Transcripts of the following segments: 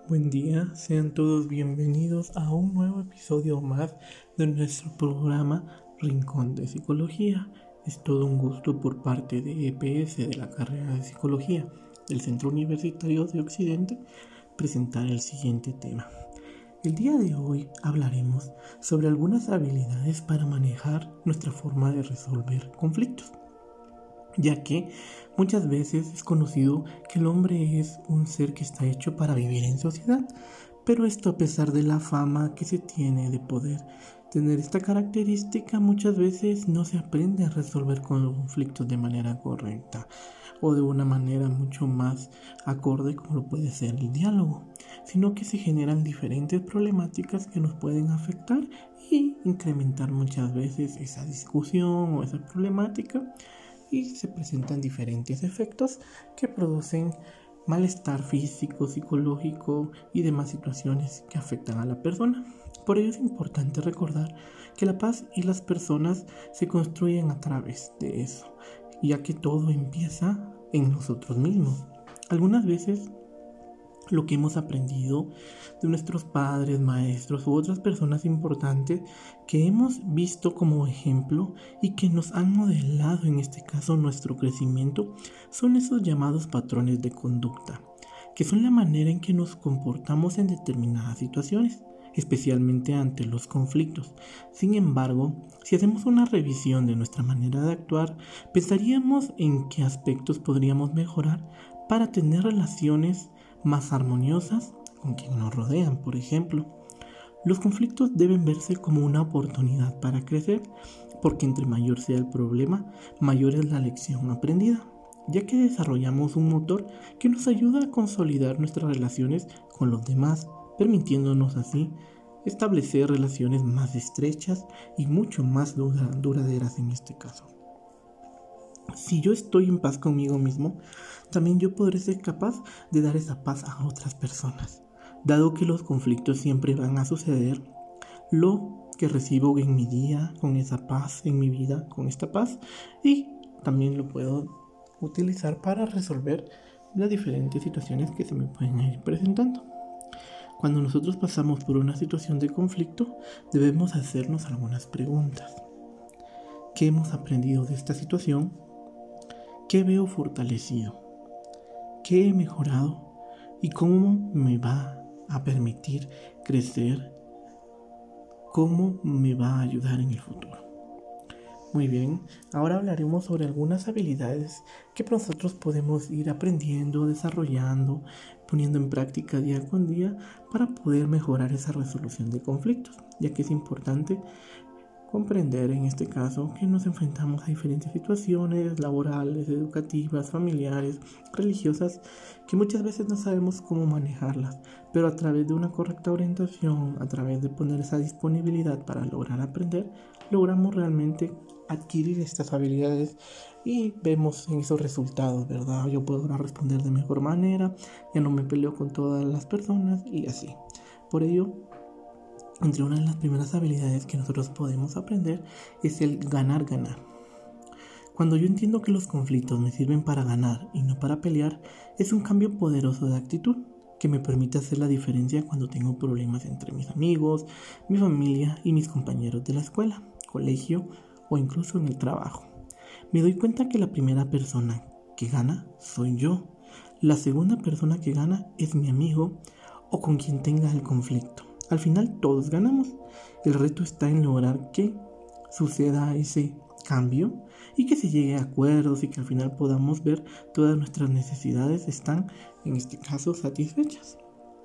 Buen día, sean todos bienvenidos a un nuevo episodio más de nuestro programa Rincón de Psicología. Es todo un gusto por parte de EPS de la carrera de Psicología del Centro Universitario de Occidente presentar el siguiente tema. El día de hoy hablaremos sobre algunas habilidades para manejar nuestra forma de resolver conflictos, ya que muchas veces es conocido que el hombre es un ser que está hecho para vivir en sociedad, pero esto, a pesar de la fama que se tiene de poder tener esta característica, muchas veces no se aprende a resolver conflictos de manera correcta o de una manera mucho más acorde como lo puede ser el diálogo, sino que se generan diferentes problemáticas que nos pueden afectar y incrementar muchas veces esa discusión o esa problemática, y se presentan diferentes efectos que producen malestar físico, psicológico y demás situaciones que afectan a la persona. Por ello es importante recordar que la paz y las personas se construyen a través de eso, ya que todo empieza en nosotros mismos. Algunas veces lo que hemos aprendido de nuestros padres, maestros u otras personas importantes que hemos visto como ejemplo y que nos han modelado, en este caso, nuestro crecimiento, son esos llamados patrones de conducta, que son la manera en que nos comportamos en determinadas situaciones, especialmente ante los conflictos. Sin embargo, si hacemos una revisión de nuestra manera de actuar, pensaríamos en qué aspectos podríamos mejorar para tener relaciones más armoniosas con quien nos rodean. Por ejemplo, los conflictos deben verse como una oportunidad para crecer, porque entre mayor sea el problema, mayor es la lección aprendida, ya que desarrollamos un motor que nos ayuda a consolidar nuestras relaciones con los demás, permitiéndonos así establecer relaciones más estrechas y mucho más duraderas en este caso. Si yo estoy en paz conmigo mismo, también yo podré ser capaz de dar esa paz a otras personas. Dado que los conflictos siempre van a suceder, lo que recibo en mi día con esa paz, en mi vida con esta paz, y también lo puedo utilizar para resolver las diferentes situaciones que se me pueden ir presentando. Cuando nosotros pasamos por una situación de conflicto, debemos hacernos algunas preguntas. ¿Qué hemos aprendido de esta situación? ¿Qué veo fortalecido? ¿Qué he mejorado? ¿Y cómo me va a permitir crecer? ¿Cómo me va a ayudar en el futuro? Muy bien, ahora hablaremos sobre algunas habilidades que nosotros podemos ir aprendiendo, desarrollando, poniendo en práctica día con día para poder mejorar esa resolución de conflictos, ya que es importante comprender en este caso que nos enfrentamos a diferentes situaciones laborales, educativas, familiares, religiosas, que muchas veces no sabemos cómo manejarlas, pero a través de una correcta orientación, a través de poner esa disponibilidad para lograr aprender, logramos realmente adquirir estas habilidades y vemos en esos resultados, ¿verdad? Yo puedo ahora responder de mejor manera, ya no me peleo con todas las personas y así. Por ello, entre una de las primeras habilidades que nosotros podemos aprender es el ganar-ganar. Cuando yo entiendo que los conflictos me sirven para ganar y no para pelear, es un cambio poderoso de actitud que me permite hacer la diferencia cuando tengo problemas entre mis amigos, mi familia y mis compañeros de la escuela, colegio o incluso en el trabajo. Me doy cuenta que la primera persona que gana soy yo. La segunda persona que gana es mi amigo o con quien tenga el conflicto. Al final todos ganamos. El reto está en lograr que suceda ese cambio y que se llegue a acuerdos y que al final podamos ver todas nuestras necesidades están, en este caso, satisfechas.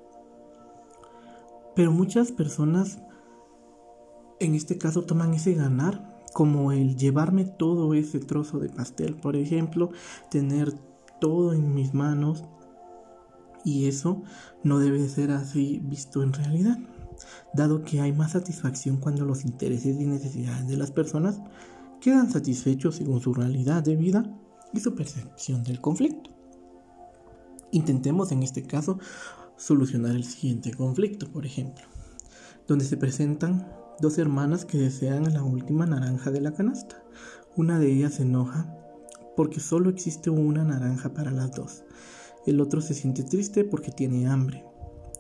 Pero muchas personas en este caso toman ese ganar como el llevarme todo ese trozo de pastel, por ejemplo, tener todo en mis manos, y eso no debe ser así visto en realidad, dado que hay más satisfacción cuando los intereses y necesidades de las personas quedan satisfechos según su realidad de vida y su percepción del conflicto. Intentemos en este caso solucionar el siguiente conflicto, por ejemplo, donde se presentan dos hermanas que desean la última naranja de la canasta. Una de ellas se enoja porque solo existe una naranja para las dos. El otro se siente triste porque tiene hambre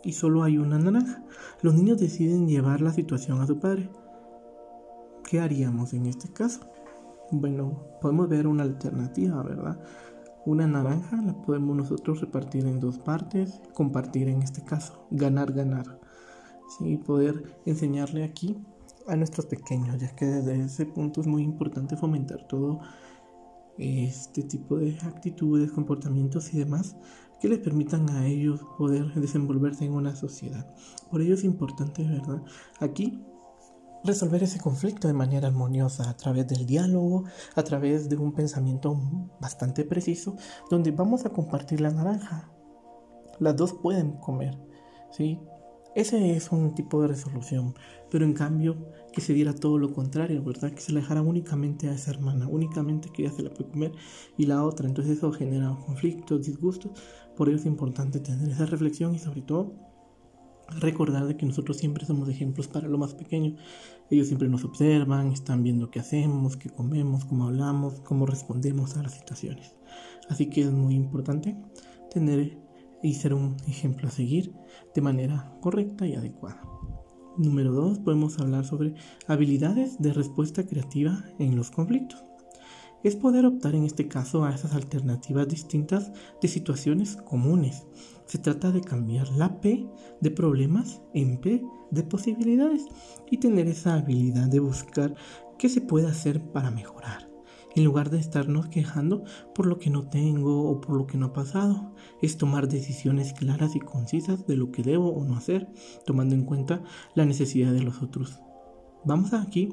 y solo hay una naranja. Los niños deciden llevar la situación a su padre. ¿Qué haríamos en este caso? Bueno, podemos ver una alternativa, ¿verdad? Una naranja la podemos nosotros repartir en dos partes, compartir en este caso, ganar, ganar. Sí, poder enseñarle aquí a nuestros pequeños, ya que desde ese punto es muy importante fomentar todo este tipo de actitudes, comportamientos y demás que les permitan a ellos poder desenvolverse en una sociedad. Por ello es importante, ¿verdad?, aquí resolver ese conflicto de manera armoniosa a través del diálogo, a través de un pensamiento bastante preciso, donde vamos a compartir la naranja. Las dos pueden comer, ¿sí? Ese es un tipo de resolución, pero en cambio que se diera todo lo contrario, ¿verdad? Que se la dejara únicamente a esa hermana, únicamente que ella se la puede comer y la otra. Entonces eso genera conflictos, disgustos. Por ello es importante tener esa reflexión y sobre todo recordar de que nosotros siempre somos ejemplos para lo más pequeño. Ellos siempre nos observan, están viendo qué hacemos, qué comemos, cómo hablamos, cómo respondemos a las situaciones. Así que es muy importante tener y ser un ejemplo a seguir de manera correcta y adecuada. Número 2, podemos hablar sobre habilidades de respuesta creativa en los conflictos. Es poder optar en este caso a esas alternativas distintas de situaciones comunes. Se trata de cambiar la P de problemas en P de posibilidades y tener esa habilidad de buscar qué se puede hacer para mejorar. En lugar de estarnos quejando por lo que no tengo o por lo que no ha pasado, es tomar decisiones claras y concisas de lo que debo o no hacer, tomando en cuenta la necesidad de los otros. Vamos aquí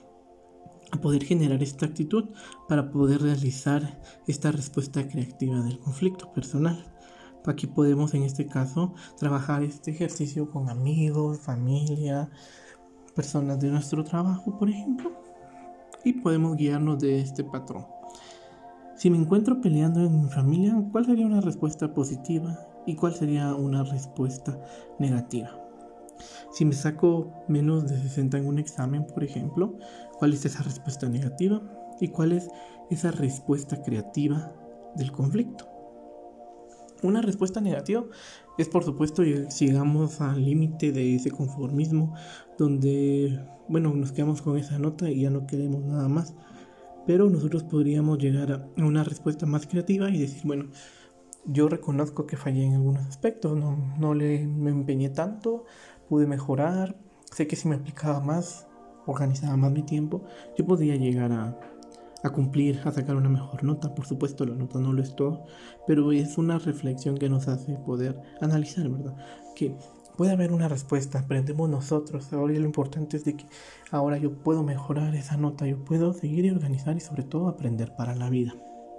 a poder generar esta actitud para poder realizar esta respuesta creativa del conflicto personal. Aquí podemos en este caso trabajar este ejercicio con amigos, familia, personas de nuestro trabajo, por ejemplo, y podemos guiarnos de este patrón. Si me encuentro peleando en mi familia, ¿cuál sería una respuesta positiva y cuál sería una respuesta negativa? Si me saco menos de 60 en un examen, por ejemplo, ¿cuál es esa respuesta negativa? ¿Y cuál es esa respuesta creativa del conflicto? Una respuesta negativa es, por supuesto, llegamos al límite de ese conformismo, donde, nos quedamos con esa nota y ya no queremos nada más. Pero nosotros podríamos llegar a una respuesta más creativa y decir, yo reconozco que fallé en algunos aspectos, no me empeñé tanto, pude mejorar, sé que si me aplicaba más, organizaba más mi tiempo, yo podría llegar a cumplir, a sacar una mejor nota. Por supuesto, la nota no lo es todo, pero es una reflexión que nos hace poder analizar, ¿verdad? Que puede haber una respuesta, aprendemos nosotros. Ahora lo importante es de que ahora yo puedo mejorar esa nota, yo puedo seguir y organizar y sobre todo aprender para la vida.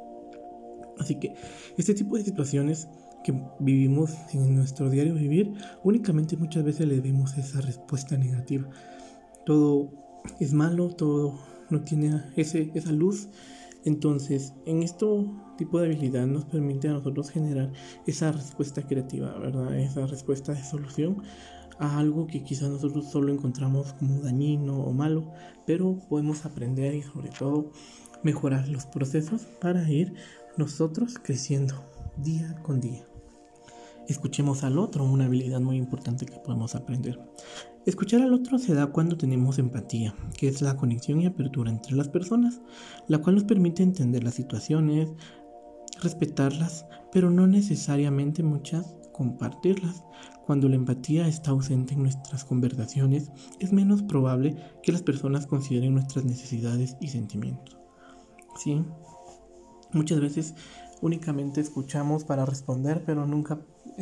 Así que este tipo de situaciones que vivimos en nuestro diario vivir, únicamente muchas veces le vemos esa respuesta negativa. Todo es malo, todo no tiene esa luz. Entonces, en este tipo de habilidad nos permite a nosotros generar esa respuesta creativa, ¿verdad? Esa respuesta de solución a algo que quizás nosotros solo encontramos como dañino o malo, pero podemos aprender y sobre todo mejorar los procesos para ir nosotros creciendo día con día. Escuchemos al otro, una habilidad muy importante que podemos aprender. Escuchar al otro se da cuando tenemos empatía, que es la conexión y apertura entre las personas, la cual nos permite entender las situaciones, respetarlas, pero no necesariamente muchas compartirlas. Cuando la empatía está ausente en nuestras conversaciones, es menos probable que las personas consideren nuestras necesidades y sentimientos. ¿Sí? Muchas veces únicamente escuchamos para responder, pero nunca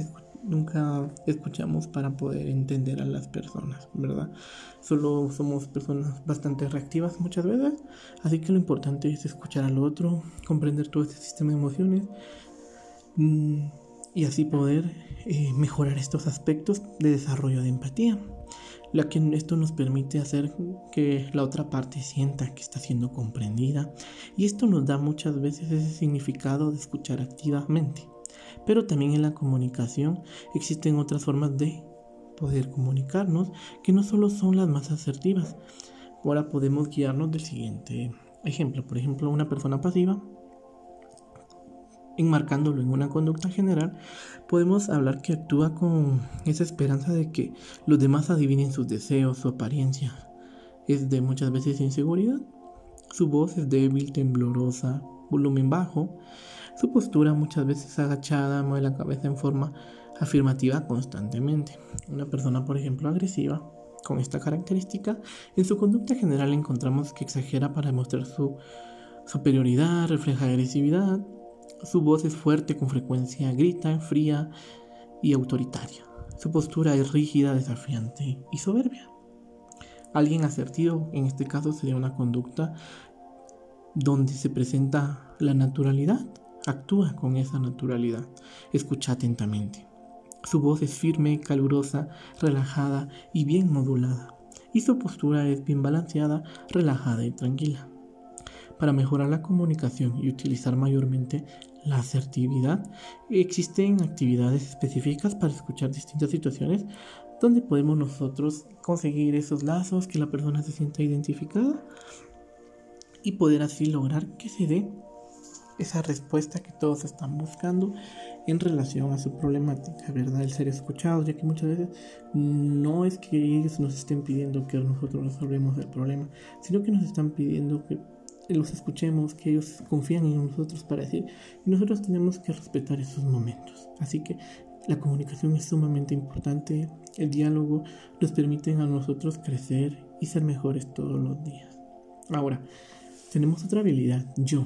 escuchamos para poder entender a las personas, ¿verdad? Solo somos personas bastante reactivas muchas veces, así que lo importante es escuchar al otro, comprender todo este sistema de emociones y así poder mejorar estos aspectos de desarrollo de empatía. Esto nos permite hacer que la otra parte sienta que está siendo comprendida y esto nos da muchas veces ese significado de escuchar activamente. Pero también en la comunicación existen otras formas de poder comunicarnos que no solo son las más asertivas. Ahora podemos guiarnos del siguiente ejemplo. Por ejemplo, una persona pasiva enmarcándolo en una conducta general, podemos hablar que actúa con esa esperanza de que los demás adivinen sus deseos, su apariencia. Es de muchas veces inseguridad. Su voz es débil, temblorosa, volumen bajo. Su postura muchas veces agachada, mueve la cabeza en forma afirmativa constantemente. Una persona, por ejemplo, agresiva, con esta característica, en su conducta general encontramos que exagera para demostrar su superioridad, refleja agresividad. Su voz es fuerte, con frecuencia grita, fría y autoritaria. Su postura es rígida, desafiante y soberbia. Alguien asertivo, en este caso, sería una conducta donde se presenta la naturalidad, actúa con esa naturalidad, escucha atentamente. Su voz es firme, calurosa, relajada y bien modulada, y su postura es bien balanceada, relajada y tranquila. Para mejorar la comunicación y utilizar mayormente la asertividad, existen actividades específicas para escuchar distintas situaciones donde podemos nosotros conseguir esos lazos, que la persona se sienta identificada y poder así lograr que se dé esa respuesta que todos están buscando en relación a su problemática, ¿verdad? El ser escuchados, ya que muchas veces no es que ellos nos estén pidiendo que nosotros resolvemos el problema, sino que nos están pidiendo que los escuchemos, que ellos confían en nosotros para decir, y nosotros tenemos que respetar esos momentos. Así que la comunicación es sumamente importante. El diálogo nos permite a nosotros crecer y ser mejores todos los días. Ahora, tenemos otra habilidad, yo.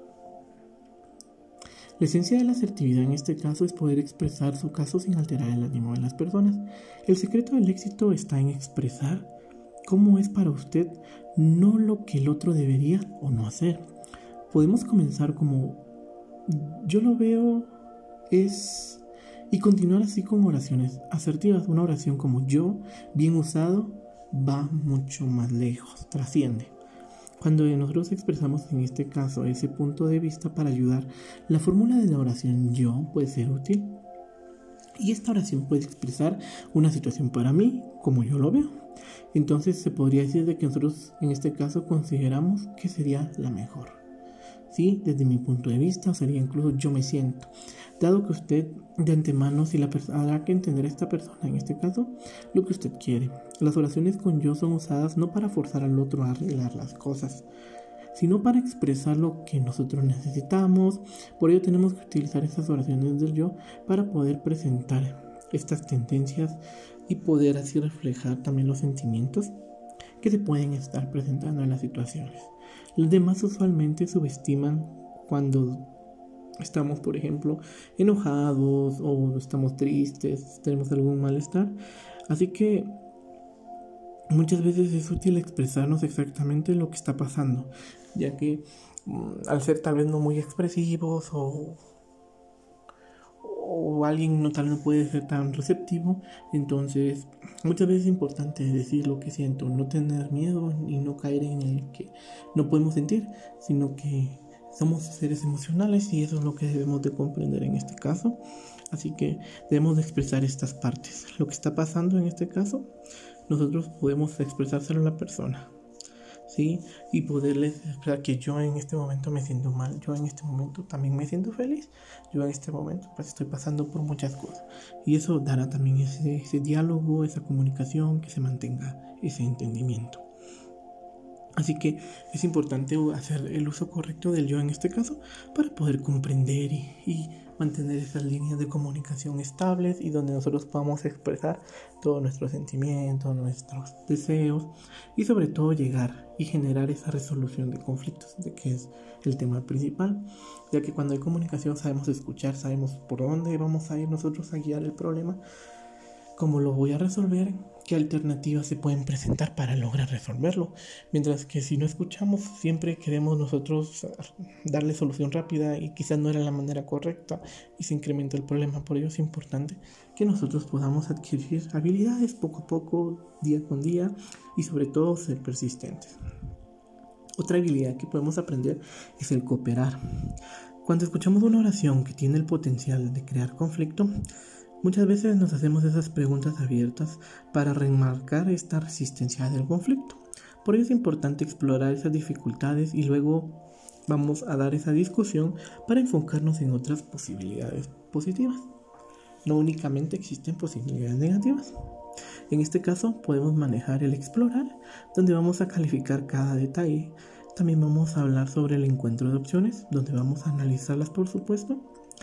La esencia de la asertividad en este caso es poder expresar su caso sin alterar el ánimo de las personas. El secreto del éxito está en expresar cómo es para usted, no lo que el otro debería o no hacer. Podemos comenzar como yo lo veo es y continuar así con oraciones asertivas. Una oración como yo, bien usado, va mucho más lejos, trasciende. Cuando nosotros expresamos en este caso ese punto de vista para ayudar, la fórmula de la oración yo puede ser útil. Y esta oración puede expresar una situación para mí, como yo lo veo. Entonces se podría decir de que nosotros en este caso consideramos que sería la mejor. Sí, desde mi punto de vista, sería incluso yo me siento. Dado que usted de antemano habrá que entender a esta persona, en este caso, lo que usted quiere. Las oraciones con yo son usadas no para forzar al otro a arreglar las cosas, sino para expresar lo que nosotros necesitamos. Por ello tenemos que utilizar estas oraciones del yo para poder presentar estas tendencias y poder así reflejar también los sentimientos que se pueden estar presentando en las situaciones. Los demás usualmente subestiman cuando estamos, por ejemplo, enojados o estamos tristes, tenemos algún malestar. Así que muchas veces es útil expresarnos exactamente lo que está pasando, ya que al ser tal vez no muy expresivos o alguien tal vez no puede ser tan receptivo, entonces muchas veces es importante decir lo que siento, no tener miedo y no caer en el que no podemos sentir, sino que somos seres emocionales y eso es lo que debemos de comprender en este caso. Así que debemos de expresar estas partes. Lo que está pasando en este caso, nosotros podemos expresárselo a la persona, ¿sí? Y poderles expresar que yo en este momento me siento mal, yo en este momento también me siento feliz, yo en este momento pues estoy pasando por muchas cosas. Y eso dará también ese diálogo, esa comunicación, que se mantenga ese entendimiento. Así que es importante hacer el uso correcto del yo en este caso para poder comprender y mantener esas líneas de comunicación estables y donde nosotros podamos expresar todos nuestros sentimientos, nuestros deseos y sobre todo llegar y generar esa resolución de conflictos, de que es el tema principal, ya que cuando hay comunicación sabemos escuchar, sabemos por dónde vamos a ir nosotros a guiar el problema, cómo lo voy a resolver, qué alternativas se pueden presentar para lograr resolverlo. Mientras que si no escuchamos, siempre queremos nosotros darle solución rápida y quizás no era la manera correcta y se incrementa el problema. Por ello es importante que nosotros podamos adquirir habilidades poco a poco, día con día, y sobre todo ser persistentes. Otra habilidad que podemos aprender es el cooperar. Cuando escuchamos una oración que tiene el potencial de crear conflicto, muchas veces nos hacemos esas preguntas abiertas para remarcar esta resistencia del conflicto. Por ello es importante explorar esas dificultades y luego vamos a dar esa discusión para enfocarnos en otras posibilidades positivas. No únicamente existen posibilidades negativas. En este caso podemos manejar el explorar, donde vamos a calificar cada detalle. También vamos a hablar sobre el encuentro de opciones, donde vamos a analizarlas por supuesto.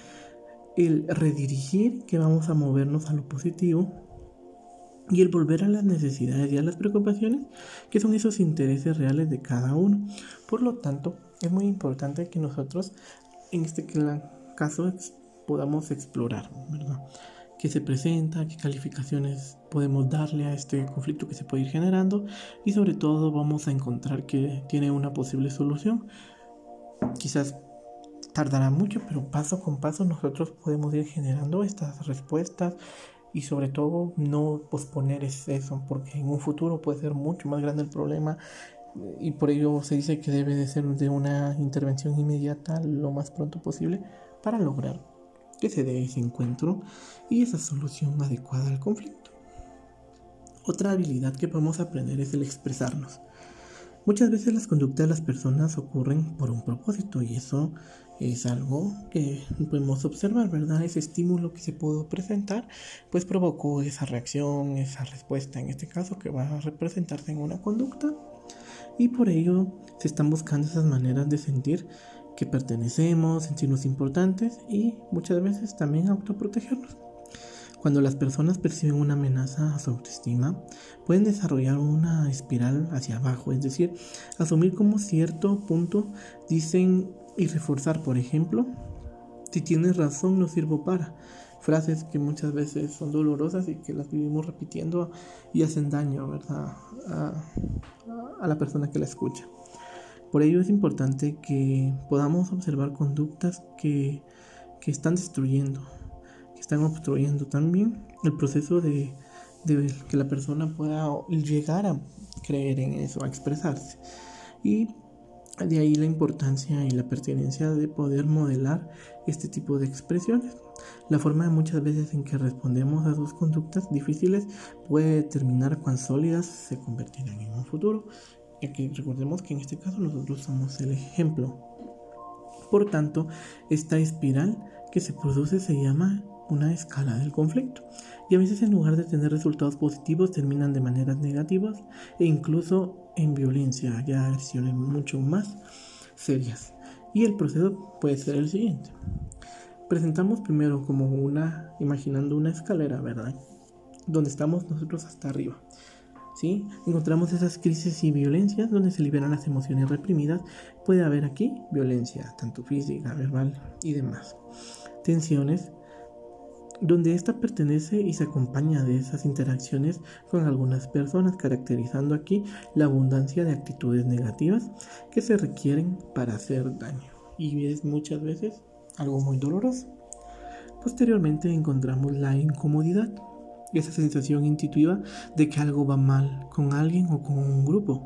El redirigir, que vamos a movernos a lo positivo. Y el volver a las necesidades y a las preocupaciones, que son esos intereses reales de cada uno. Por lo tanto, es muy importante que nosotros, en este caso, podamos explorar, ¿verdad? ¿Qué se presenta? ¿Qué calificaciones podemos darle a este conflicto que se puede ir generando? Y sobre todo vamos a encontrar que tiene una posible solución. Quizás tardará mucho, pero paso con paso nosotros podemos ir generando estas respuestas. Y sobre todo no posponer eso, porque en un futuro puede ser mucho más grande el problema y por ello se dice que debe de ser de una intervención inmediata lo más pronto posible para lograr que se dé ese encuentro y esa solución adecuada al conflicto. Otra habilidad que podemos aprender es el expresarnos. Muchas veces las conductas de las personas ocurren por un propósito y eso es algo que podemos observar, ¿verdad? Ese estímulo que se pudo presentar, pues provocó esa reacción, esa respuesta en este caso que va a representarse en una conducta y por ello se están buscando esas maneras de sentir que pertenecemos, sentirnos importantes y muchas veces también autoprotegernos. Cuando las personas perciben una amenaza a su autoestima, pueden desarrollar una espiral hacia abajo, es decir, asumir como cierto punto dicen y reforzar, por ejemplo, si tienes razón no sirvo para. Frases que muchas veces son dolorosas y que las vivimos repitiendo y hacen daño, ¿verdad? a la persona que la escucha. Por ello es importante que podamos observar conductas que están destruyendo, están obstruyendo también el proceso de que la persona pueda llegar a creer en eso, a expresarse. Y de ahí la importancia y la pertinencia de poder modelar este tipo de expresiones. La forma de muchas veces en que respondemos a sus conductas difíciles puede determinar cuán sólidas se convertirán en un futuro. Y aquí recordemos que en este caso nosotros somos el ejemplo. Por tanto, esta espiral que se produce se llama una escala del conflicto y a veces en lugar de tener resultados positivos terminan de maneras negativas e incluso en violencia, ya acciones mucho más serias. Y el proceso puede ser el siguiente. Presentamos primero como imaginando una escalera, ¿verdad? Donde estamos nosotros hasta arriba. ¿Sí? Encontramos esas crisis y violencias donde se liberan las emociones reprimidas. Puede haber aquí violencia, tanto física, verbal y demás. Tensiones, donde esta pertenece y se acompaña de esas interacciones con algunas personas, caracterizando aquí la abundancia de actitudes negativas que se requieren para hacer daño. Y es muchas veces algo muy doloroso. Posteriormente encontramos la incomodidad, esa sensación intuitiva de que algo va mal con alguien o con un grupo.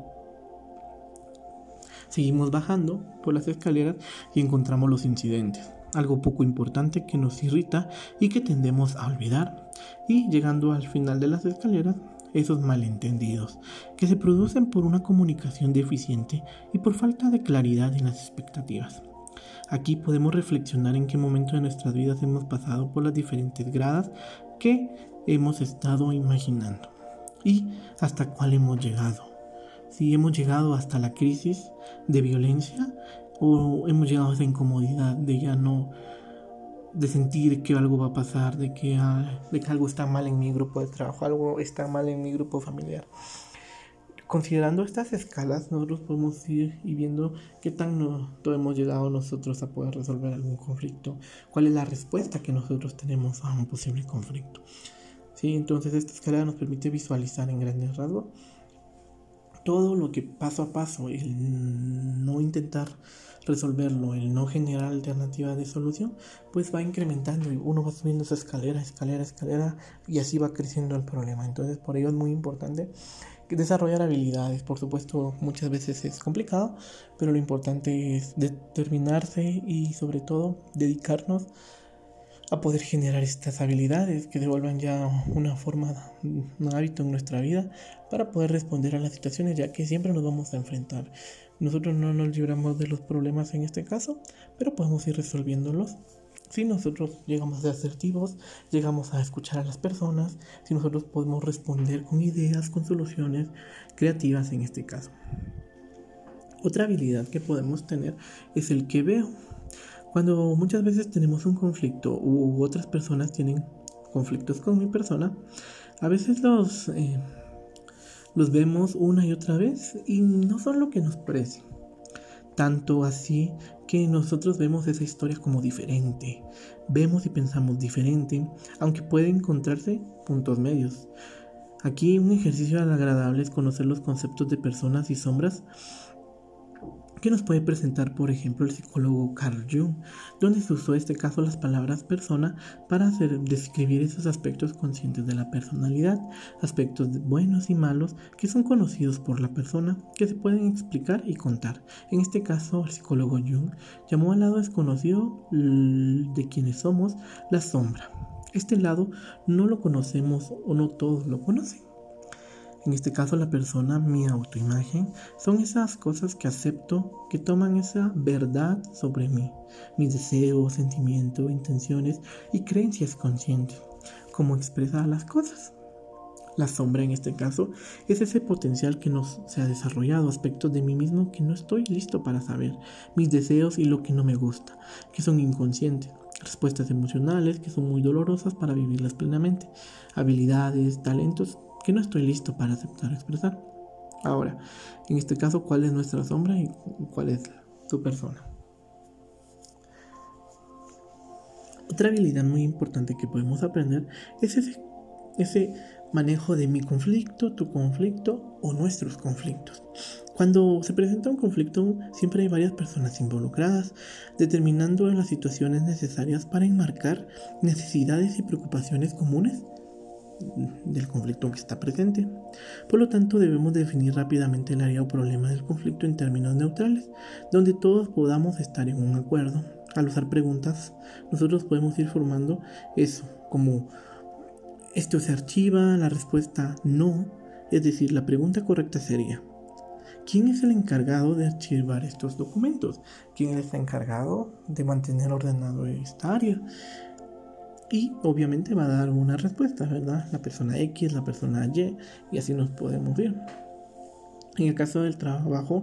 Seguimos bajando por las escaleras y encontramos los incidentes, algo poco importante que nos irrita y que tendemos a olvidar. Y llegando al final de las escaleras, esos malentendidos que se producen por una comunicación deficiente y por falta de claridad en las expectativas. Aquí podemos reflexionar en qué momento de nuestras vidas hemos pasado por las diferentes gradas que hemos estado imaginando y hasta cuál hemos llegado. Si hemos llegado hasta la crisis de violencia o hemos llegado a esa incomodidad de sentir que algo va a pasar, de que algo está mal en mi grupo de trabajo, algo está mal en mi grupo familiar. Considerando estas escalas, nosotros podemos ir y viendo qué tanto hemos llegado nosotros a poder resolver algún conflicto, cuál es la respuesta que nosotros tenemos a un posible conflicto. ¿Sí? Entonces esta escala nos permite visualizar en grandes rasgos todo lo que paso a paso, el no intentar resolverlo, el no generar alternativas de solución, pues va incrementando y uno va subiendo esa escalera y así va creciendo el problema. Entonces por ello es muy importante desarrollar habilidades. Por supuesto muchas veces es complicado, pero lo importante es determinarse y sobre todo dedicarnos a poder generar estas habilidades que se vuelvan ya una forma, un hábito en nuestra vida para poder responder a las situaciones, ya que siempre nos vamos a enfrentar Nosotros no nos libramos de los problemas en este caso, pero podemos ir resolviéndolos. Si nosotros llegamos a ser asertivos, llegamos a escuchar a las personas, si nosotros podemos responder con ideas, con soluciones creativas en este caso. Otra habilidad que podemos tener es el que veo. Cuando muchas veces tenemos un conflicto u otras personas tienen conflictos con mi persona, a veces los vemos una y otra vez y no son lo que nos parece. Tanto así que nosotros vemos esa historia como diferente. Vemos y pensamos diferente, aunque puede encontrarse puntos medios. Aquí un ejercicio agradable es conocer los conceptos de personas y sombras que nos puede presentar, por ejemplo, el psicólogo Carl Jung, donde se usó en este caso las palabras persona para describir esos aspectos conscientes de la personalidad, aspectos buenos y malos que son conocidos por la persona, que se pueden explicar y contar. En este caso, el psicólogo Jung llamó al lado desconocido de quienes somos la sombra. Este lado no lo conocemos o no todos lo conocen. En este caso la persona, mi autoimagen, son esas cosas que acepto, que toman esa verdad sobre mí, mis deseos, sentimientos, intenciones y creencias conscientes, cómo expresar las cosas. La sombra en este caso es ese potencial que no se ha desarrollado, aspectos de mí mismo que no estoy listo para saber, mis deseos y lo que no me gusta, que son inconscientes. Respuestas emocionales que son muy dolorosas para vivirlas plenamente, habilidades, talentos que no estoy listo para aceptar o expresar. Ahora, en este caso, ¿cuál es nuestra sombra y cuál es tu persona? Otra habilidad muy importante que podemos aprender es ese manejo de mi conflicto, tu conflicto o nuestros conflictos. Cuando se presenta un conflicto, siempre hay varias personas involucradas, determinando las situaciones necesarias para enmarcar necesidades y preocupaciones comunes del conflicto que está presente. Por lo tanto, debemos definir rápidamente el área o problema del conflicto en términos neutrales, donde todos podamos estar en un acuerdo. Al usar preguntas, nosotros podemos ir formando eso, como esto se archiva, la respuesta no, es decir, la pregunta correcta sería: ¿quién es el encargado de archivar estos documentos? ¿Quién es el encargado de mantener ordenado esta área? Y obviamente va a dar una respuesta, ¿verdad? La persona X, la persona Y, y así nos podemos ir. En el caso del trabajo,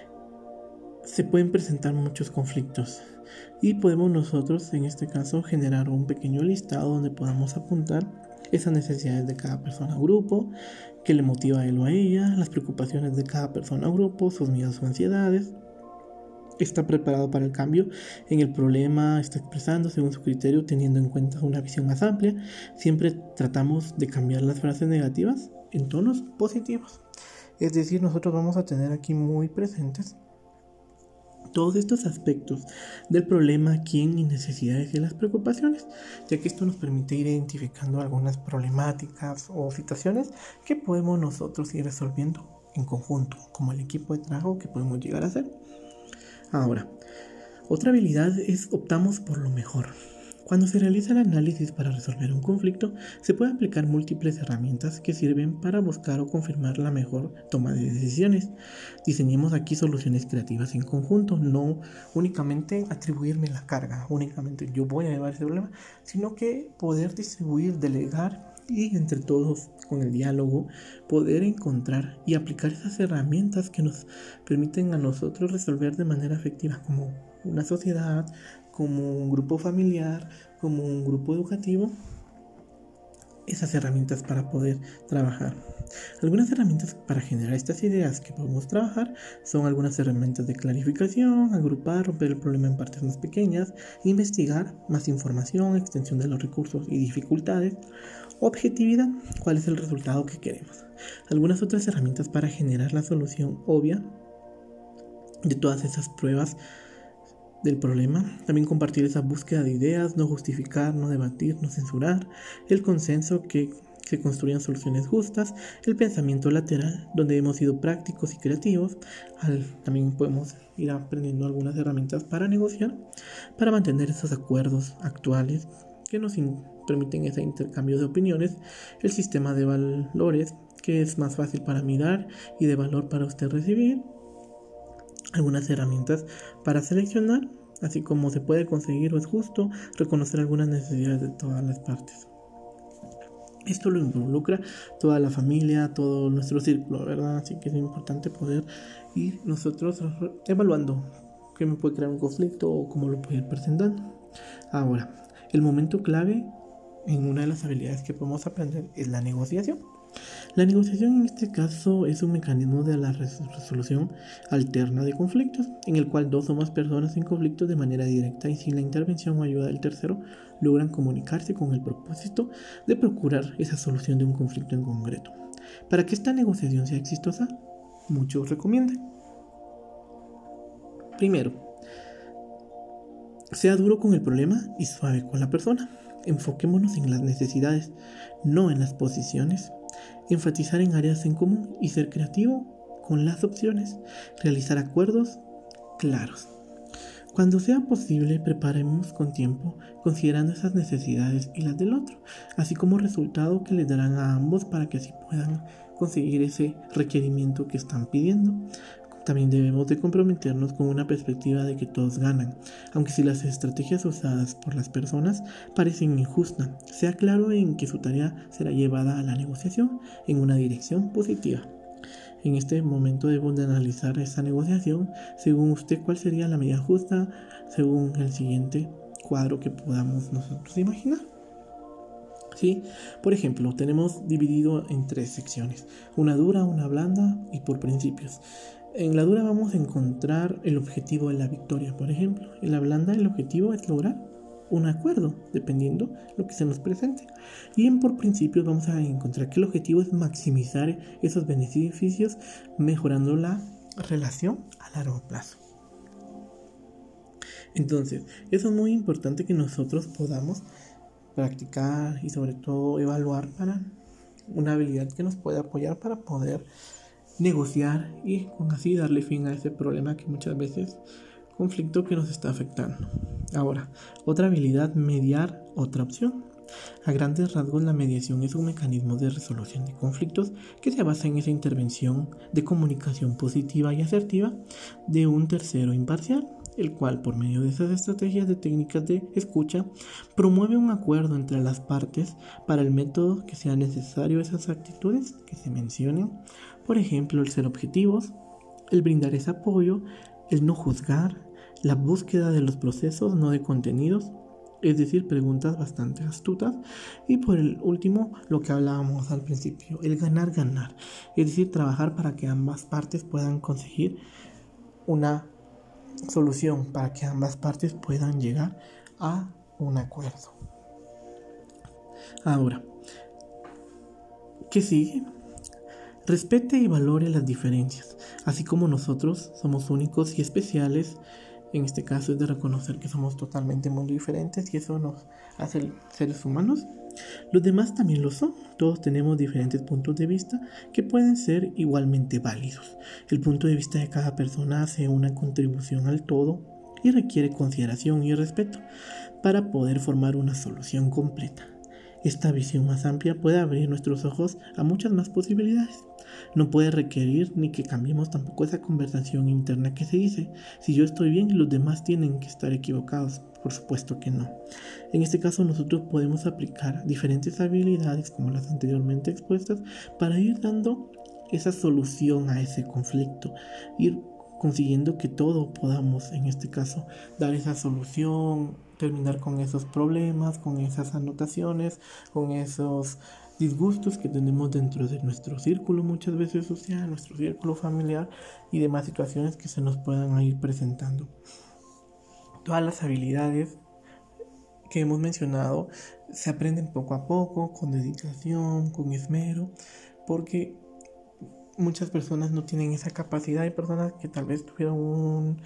se pueden presentar muchos conflictos y podemos nosotros, en este caso, generar un pequeño listado donde podamos apuntar esas necesidades de cada persona o grupo, qué le motiva a él o a ella, las preocupaciones de cada persona o grupo, sus miedos o ansiedades. Está preparado para el cambio en el problema, está expresando según su criterio, teniendo en cuenta una visión más amplia. Siempre tratamos de cambiar las frases negativas en tonos positivos. Es decir, nosotros vamos a tener aquí muy presentes todos estos aspectos del problema, quién y necesidades y las preocupaciones, ya que esto nos permite ir identificando algunas problemáticas o situaciones que podemos nosotros ir resolviendo en conjunto, como el equipo de trabajo que podemos llegar a hacer. Ahora, otra habilidad es optamos por lo mejor. Cuando se realiza el análisis para resolver un conflicto, se pueden aplicar múltiples herramientas que sirven para buscar o confirmar la mejor toma de decisiones. Diseñemos aquí soluciones creativas en conjunto, no únicamente atribuirme la carga, únicamente yo voy a llevar ese problema, sino que poder distribuir, delegar y entre todos, con el diálogo, poder encontrar y aplicar esas herramientas que nos permiten a nosotros resolver de manera efectiva como una sociedad, como un grupo familiar, como un grupo educativo, esas herramientas para poder trabajar. Algunas herramientas para generar estas ideas que podemos trabajar son algunas herramientas de clarificación, agrupar, romper el problema en partes más pequeñas, investigar, más información, extensión de los recursos y dificultades, objetividad, cuál es el resultado que queremos. Algunas otras herramientas para generar la solución obvia de todas esas pruebas del problema, también compartir esa búsqueda de ideas, no justificar, no debatir, no censurar, el consenso, que se construyan soluciones justas, el pensamiento lateral, donde hemos sido prácticos y creativos. También podemos ir aprendiendo algunas herramientas para negociar, para mantener esos acuerdos actuales que nos permiten ese intercambio de opiniones, el sistema de valores, que es más fácil para mí dar y de valor para usted recibir. algunas herramientas para seleccionar, así como se puede conseguir o es justo reconocer algunas necesidades de todas las partes. Esto lo involucra toda la familia, todo nuestro círculo, ¿verdad? Así que es importante poder ir nosotros evaluando qué me puede crear un conflicto o cómo lo puedo ir presentando. Ahora, el momento clave en una de las habilidades que podemos aprender es la negociación. La negociación en este caso es un mecanismo de la resolución alterna de conflictos, en el cual dos o más personas en conflicto de manera directa y sin la intervención o ayuda del tercero logran comunicarse con el propósito de procurar esa solución de un conflicto en concreto. Para que esta negociación sea exitosa, muchos recomiendan: primero, sea duro con el problema y suave con la persona. Enfoquémonos en las necesidades, no en las posiciones. Enfatizar en áreas en común y ser creativo con las opciones. Realizar acuerdos claros. Cuando sea posible, preparemos con tiempo, considerando esas necesidades y las del otro, así como resultado que les darán a ambos para que así puedan conseguir ese requerimiento que están pidiendo. También debemos de comprometernos con una perspectiva de que todos ganan, aunque si las estrategias usadas por las personas parecen injustas, sea claro en que su tarea será llevada a la negociación en una dirección positiva. En este momento debemos de analizar esa negociación según usted cuál sería la medida justa según el siguiente cuadro que podamos nosotros imaginar. ¿Sí? Por ejemplo, tenemos dividido en 3 secciones: una dura, una blanda y por principios. En la dura vamos a encontrar el objetivo de la victoria, por ejemplo. En la blanda el objetivo es lograr un acuerdo, dependiendo lo que se nos presente. Y en por principios vamos a encontrar que el objetivo es maximizar esos beneficios, mejorando la relación a largo plazo. Entonces, eso es muy importante que nosotros podamos practicar y sobre todo evaluar para una habilidad que nos pueda apoyar para poder negociar y con así darle fin a ese problema que muchas veces conflicto que nos está afectando. Ahora, otra habilidad: mediar, otra opción. A grandes rasgos, la mediación es un mecanismo de resolución de conflictos que se basa en esa intervención de comunicación positiva y asertiva de un tercero imparcial, el cual, por medio de esas estrategias de técnicas de escucha, promueve un acuerdo entre las partes para el método que sea necesario. Esas actitudes que se mencionen, por ejemplo, el ser objetivos, el brindar ese apoyo, el no juzgar, la búsqueda de los procesos, no de contenidos, es decir, preguntas bastante astutas. Y por el último, lo que hablábamos al principio, el ganar-ganar, es decir, trabajar para que ambas partes puedan conseguir una solución, para que ambas partes puedan llegar a un acuerdo. Ahora, ¿qué sigue? Respete y valore las diferencias, así como nosotros somos únicos y especiales. En este caso es de reconocer que somos totalmente muy diferentes y eso nos hace seres humanos. Los demás también lo son. Todos tenemos diferentes puntos de vista que pueden ser igualmente válidos. El punto de vista de cada persona hace una contribución al todo y requiere consideración y respeto para poder formar una solución completa. Esta visión más amplia puede abrir nuestros ojos a muchas más posibilidades. No puede requerir ni que cambiemos tampoco esa conversación interna que se dice: si yo estoy bien, los demás tienen que estar equivocados. Por supuesto que no. En este caso nosotros podemos aplicar diferentes habilidades como las anteriormente expuestas para ir dando esa solución a ese conflicto, ir consiguiendo que todos podamos, en este caso, dar esa solución, terminar con esos problemas, con esas anotaciones, con esos disgustos que tenemos dentro de nuestro círculo muchas veces social, nuestro círculo familiar y demás situaciones que se nos puedan ir presentando. Todas las habilidades que hemos mencionado se aprenden poco a poco, con dedicación, con esmero, porque muchas personas no tienen esa capacidad. Hay personas que tal vez tuvieron un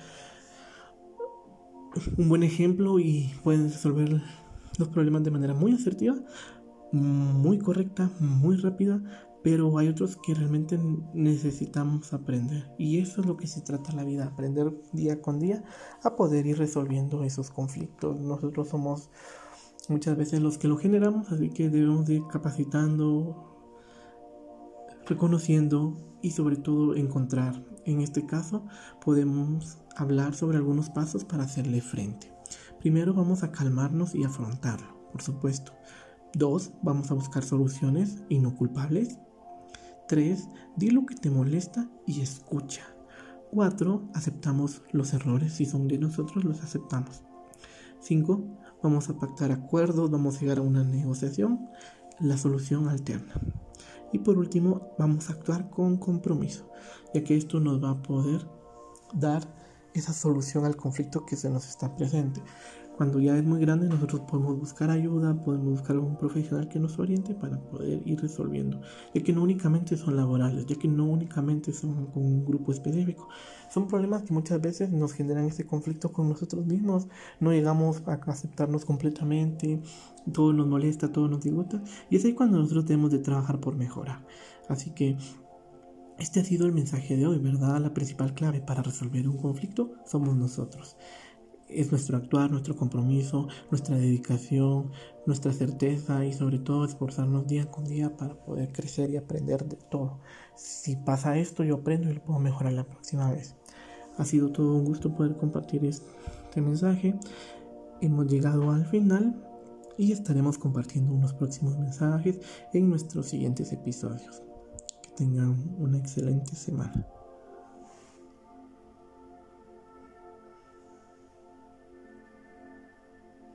buen ejemplo y pueden resolver los problemas de manera muy asertiva, muy correcta, muy rápida, pero hay otros que realmente necesitamos aprender, y eso es lo que se trata la vida: aprender día con día a poder ir resolviendo esos conflictos. Nosotros somos muchas veces los que lo generamos, así que debemos ir capacitando, reconociendo y sobre todo encontrar. En este caso podemos hablar sobre algunos pasos para hacerle frente. Primero vamos a calmarnos y afrontarlo, por supuesto. 2. Vamos a buscar soluciones y no culpables. 3. Di lo que te molesta y escucha. 4. Aceptamos los errores, si son de nosotros los aceptamos. 5. Vamos a pactar acuerdos, vamos a llegar a una negociación, la solución alterna. Y por último, vamos a actuar con compromiso, ya que esto nos va a poder dar esa solución al conflicto que se nos está presente. Cuando ya es muy grande, nosotros podemos buscar ayuda, podemos buscar a un profesional que nos oriente para poder ir resolviendo, ya que no únicamente son laborales, ya que no únicamente son con un grupo específico, son problemas que muchas veces nos generan ese conflicto con nosotros mismos, no llegamos a aceptarnos completamente, todo nos molesta, todo nos disgusta, y es ahí cuando nosotros debemos de trabajar por mejorar. Así que este ha sido el mensaje de hoy, ¿verdad? La principal clave para resolver un conflicto somos nosotros. Es nuestro actuar, nuestro compromiso, nuestra dedicación, nuestra certeza y sobre todo esforzarnos día con día para poder crecer y aprender de todo. Si pasa esto, yo aprendo y lo puedo mejorar la próxima vez. Ha sido todo un gusto poder compartir este mensaje. Hemos llegado al final y estaremos compartiendo unos próximos mensajes en nuestros siguientes episodios. Que tengan una excelente semana.